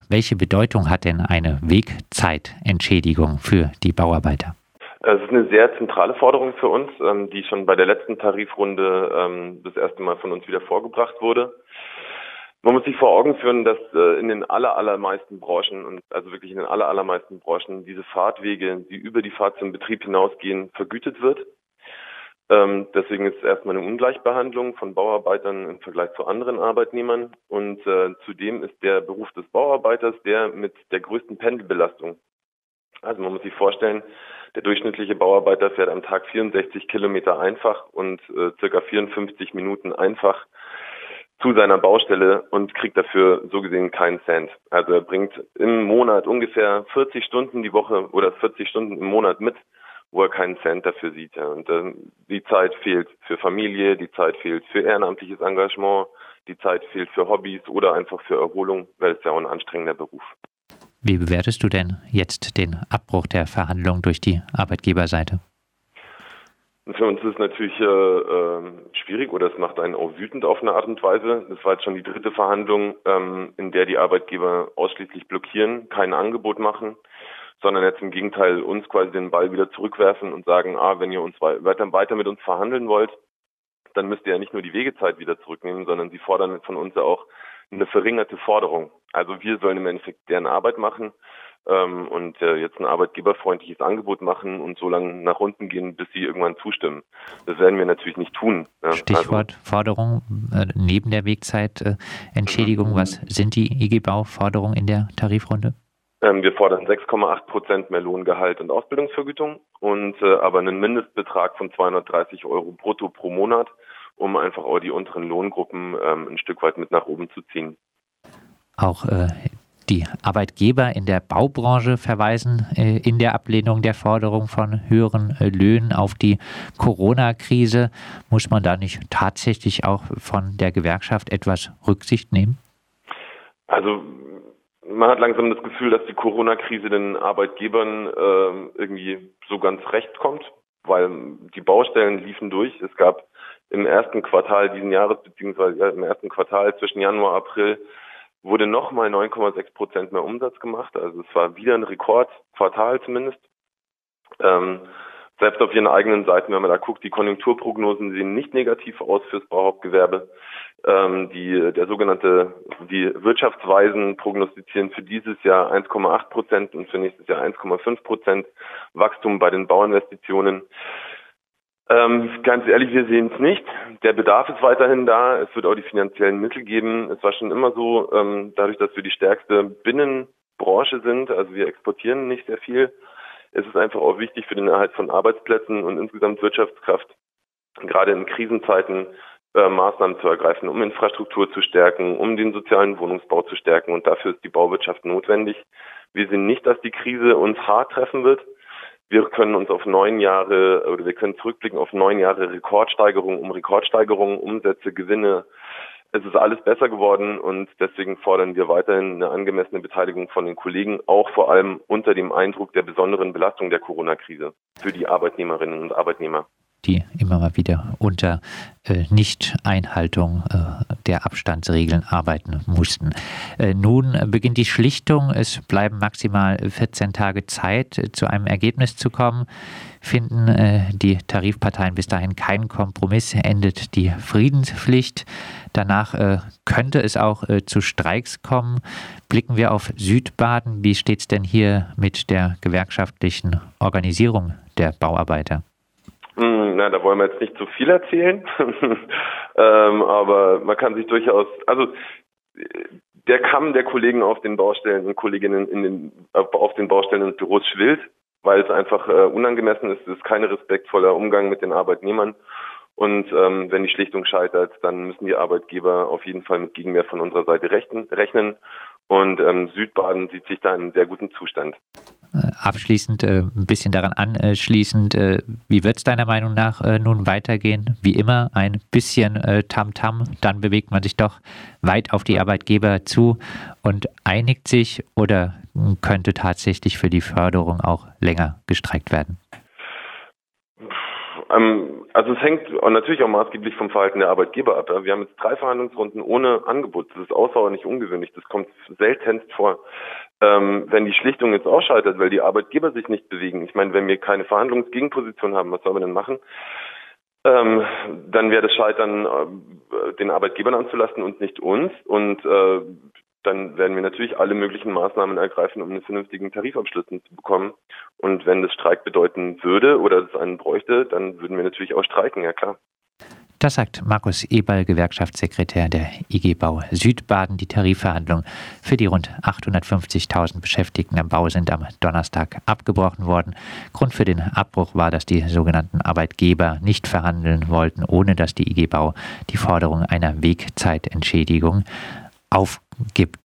Welche Bedeutung hat denn eine Wegzeitentschädigung für die Bauarbeiter? Es ist eine sehr zentrale Forderung für uns, die schon bei der letzten Tarifrunde das erste Mal von uns wieder vorgebracht wurde. Man muss sich vor Augen führen, dass in den allermeisten Branchen und also wirklich in den allermeisten Branchen diese Fahrtwege, die über die Fahrt zum Betrieb hinausgehen, vergütet wird. Deswegen ist es erstmal eine Ungleichbehandlung von Bauarbeitern im Vergleich zu anderen Arbeitnehmern. Und zudem ist der Beruf des Bauarbeiters der mit der größten Pendelbelastung. Also man muss sich vorstellen, der durchschnittliche Bauarbeiter fährt am Tag 64 Kilometer einfach und circa 54 Minuten einfach zu seiner Baustelle und kriegt dafür so gesehen keinen Cent. Also er bringt im Monat ungefähr 40 Stunden die Woche oder 40 Stunden im Monat mit, wo er keinen Cent dafür sieht. Ja. Und die Zeit fehlt für Familie, die Zeit fehlt für ehrenamtliches Engagement, die Zeit fehlt für Hobbys oder einfach für Erholung, weil es ja auch ein anstrengender Beruf. Wie bewertest du denn jetzt den Abbruch der Verhandlungen durch die Arbeitgeberseite? Für uns ist es natürlich schwierig oder es macht einen auch wütend auf eine Art und Weise. Das war jetzt schon die dritte Verhandlung, in der die Arbeitgeber ausschließlich blockieren, kein Angebot machen, sondern jetzt im Gegenteil uns quasi den Ball wieder zurückwerfen und sagen, wenn ihr uns weiter mit uns verhandeln wollt, dann müsst ihr ja nicht nur die Wegezeit wieder zurücknehmen, sondern sie fordern von uns ja auch eine verringerte Forderung. Also wir sollen im Endeffekt deren Arbeit machen und jetzt ein arbeitgeberfreundliches Angebot machen und so lange nach unten gehen, bis sie irgendwann zustimmen. Das werden wir natürlich nicht tun. Ja. Stichwort Forderung neben der Wegzeitentschädigung. Was sind die IG Bau-Forderungen in der Tarifrunde? Wir fordern 6,8% mehr Lohngehalt und Ausbildungsvergütung und aber einen Mindestbetrag von 230 € brutto pro Monat, um einfach auch die unteren Lohngruppen ein Stück weit mit nach oben zu ziehen. Auch die Arbeitgeber in der Baubranche verweisen in der Ablehnung der Forderung von höheren Löhnen auf die Corona-Krise. Muss man da nicht tatsächlich auch von der Gewerkschaft etwas Rücksicht nehmen? Also man hat langsam das Gefühl, dass die Corona-Krise den Arbeitgebern irgendwie so ganz recht kommt, weil die Baustellen liefen durch. Es gab im ersten Quartal diesen Jahres, beziehungsweise im ersten Quartal zwischen Januar und April, wurde nochmal 9,6% mehr Umsatz gemacht. Also es war wieder ein Rekordquartal zumindest. Selbst auf ihren eigenen Seiten, wenn man da guckt, die Konjunkturprognosen sehen nicht negativ aus fürs Bauhauptgewerbe. Die Wirtschaftsweisen prognostizieren für dieses Jahr 1,8% und für nächstes Jahr 1,5% Wachstum bei den Bauinvestitionen. Ganz ehrlich, wir sehen es nicht. Der Bedarf ist weiterhin da. Es wird auch die finanziellen Mittel geben. Es war schon immer so, dadurch, dass wir die stärkste Binnenbranche sind, also wir exportieren nicht sehr viel, ist es einfach auch wichtig für den Erhalt von Arbeitsplätzen und insgesamt Wirtschaftskraft, gerade in Krisenzeiten Maßnahmen zu ergreifen, um Infrastruktur zu stärken, um den sozialen Wohnungsbau zu stärken. Und dafür ist die Bauwirtschaft notwendig. Wir sehen nicht, dass die Krise uns hart treffen wird. Wir können uns auf 9 Jahre oder wir können zurückblicken auf 9 Jahre Rekordsteigerung um Rekordsteigerung, Umsätze, Gewinne. Es ist alles besser geworden und deswegen fordern wir weiterhin eine angemessene Beteiligung von den Kollegen, auch vor allem unter dem Eindruck der besonderen Belastung der Corona-Krise für die Arbeitnehmerinnen und Arbeitnehmer, die immer mal wieder unter Nicht-Einhaltung der Abstandsregeln arbeiten mussten. Nun beginnt die Schlichtung. Es bleiben maximal 14 Tage Zeit, zu einem Ergebnis zu kommen. Finden die Tarifparteien bis dahin keinen Kompromiss, endet die Friedenspflicht. Danach könnte es auch zu Streiks kommen. Blicken wir auf Südbaden. Wie steht es denn hier mit der gewerkschaftlichen Organisierung der Bauarbeiter? Na, da wollen wir jetzt nicht zu viel erzählen, aber man kann sich durchaus, also der Kamm der Kollegen auf den Baustellen und Kolleginnen auf den Baustellen und Büros schwillt, weil es einfach unangemessen ist. Es ist kein respektvoller Umgang mit den Arbeitnehmern. Und wenn die Schlichtung scheitert, dann müssen die Arbeitgeber auf jeden Fall mit Gegenwehr von unserer Seite rechnen. Und Südbaden sieht sich da in einem sehr guten Zustand. Abschließend, ein bisschen daran anschließend, wie wird es deiner Meinung nach nun weitergehen? Wie immer ein bisschen Tamtam, dann bewegt man sich doch weit auf die Arbeitgeber zu und einigt sich, oder könnte tatsächlich für die Förderung auch länger gestreikt werden? Also es hängt natürlich auch maßgeblich vom Verhalten der Arbeitgeber ab. Ja. Wir haben jetzt 3 Verhandlungsrunden ohne Angebot. Das ist außerordentlich ungewöhnlich. Das kommt seltenst vor. Wenn die Schlichtung jetzt ausschaltet, weil die Arbeitgeber sich nicht bewegen. Ich meine, wenn wir keine Verhandlungsgegenposition haben, was sollen wir denn machen? Dann wäre das Scheitern den Arbeitgebern anzulasten und nicht uns. Und dann werden wir natürlich alle möglichen Maßnahmen ergreifen, um einen vernünftigen Tarifabschluss zu bekommen. Und wenn das Streik bedeuten würde oder es einen bräuchte, dann würden wir natürlich auch streiken, ja klar. Das sagt Markus Eberl, Gewerkschaftssekretär der IG Bau Südbaden. Die Tarifverhandlungen für die rund 850.000 Beschäftigten am Bau sind am Donnerstag abgebrochen worden. Grund für den Abbruch war, dass die sogenannten Arbeitgeber nicht verhandeln wollten, ohne dass die IG Bau die Forderung einer Wegzeitentschädigung aufgibt.